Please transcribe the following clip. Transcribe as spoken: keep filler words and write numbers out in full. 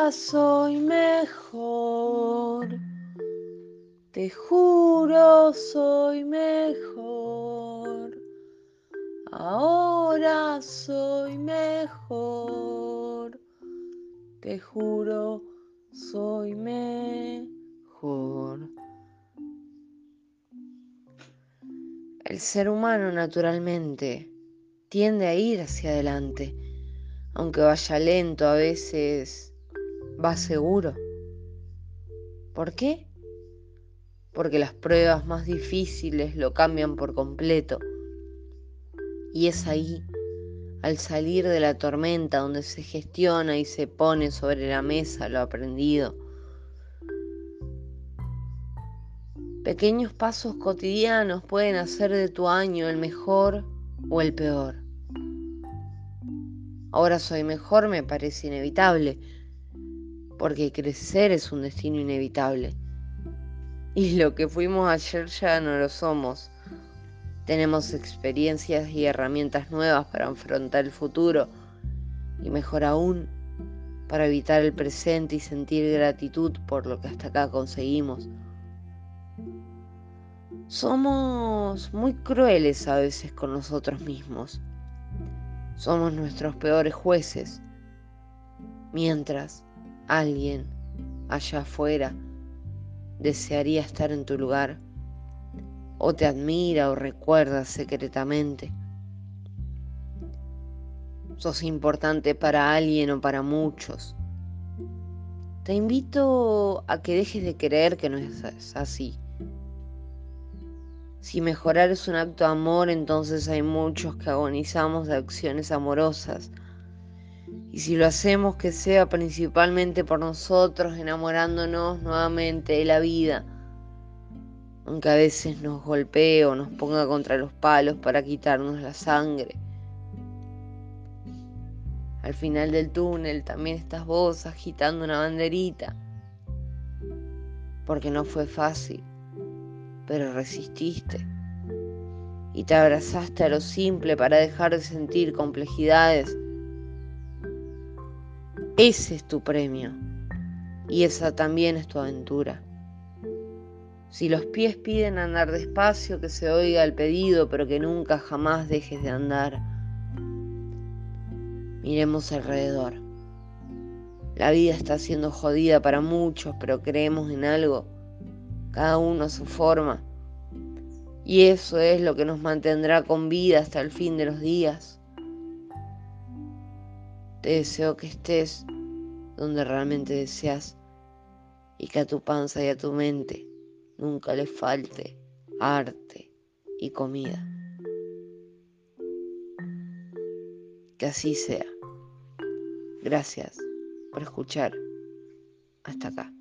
Ahora soy mejor, te juro soy mejor. Ahora soy mejor, te juro soy mejor. El ser humano naturalmente tiende a ir hacia adelante, aunque vaya lento, a veces va seguro. ¿Por qué? Porque las pruebas más difíciles lo cambian por completo. Y es ahí, al salir de la tormenta, donde se gestiona y se pone sobre la mesa lo aprendido. Pequeños pasos cotidianos pueden hacer de tu año el mejor o el peor. Ahora soy mejor me parece inevitable, porque crecer es un destino inevitable. Y lo que fuimos ayer ya no lo somos. Tenemos experiencias y herramientas nuevas para afrontar el futuro, y mejor aún, para evitar el presente y sentir gratitud por lo que hasta acá conseguimos. Somos muy crueles a veces con nosotros mismos. Somos nuestros peores jueces, mientras alguien allá afuera desearía estar en tu lugar, o te admira o recuerda secretamente. Sos importante para alguien o para muchos. Te invito a que dejes de creer que no es así. Si mejorar es un acto de amor, entonces hay muchos que agonizamos de acciones amorosas. Y si lo hacemos, que sea principalmente por nosotros, enamorándonos nuevamente de la vida, aunque a veces nos golpee o nos ponga contra los palos para quitarnos la sangre. Al final del túnel también estás vos agitando una banderita, porque no fue fácil, pero resististe y te abrazaste a lo simple para dejar de sentir complejidades. Ese es tu premio y esa también es tu aventura. Si los pies piden andar despacio, que se oiga el pedido, pero que nunca jamás dejes de andar. Miremos alrededor. La vida está siendo jodida para muchos, pero creemos en algo, cada uno a su forma. Y eso es lo que nos mantendrá con vida hasta el fin de los días. Te deseo que estés donde realmente deseas y que a tu panza y a tu mente nunca le falte arte y comida. Que así sea. Gracias por escuchar hasta acá.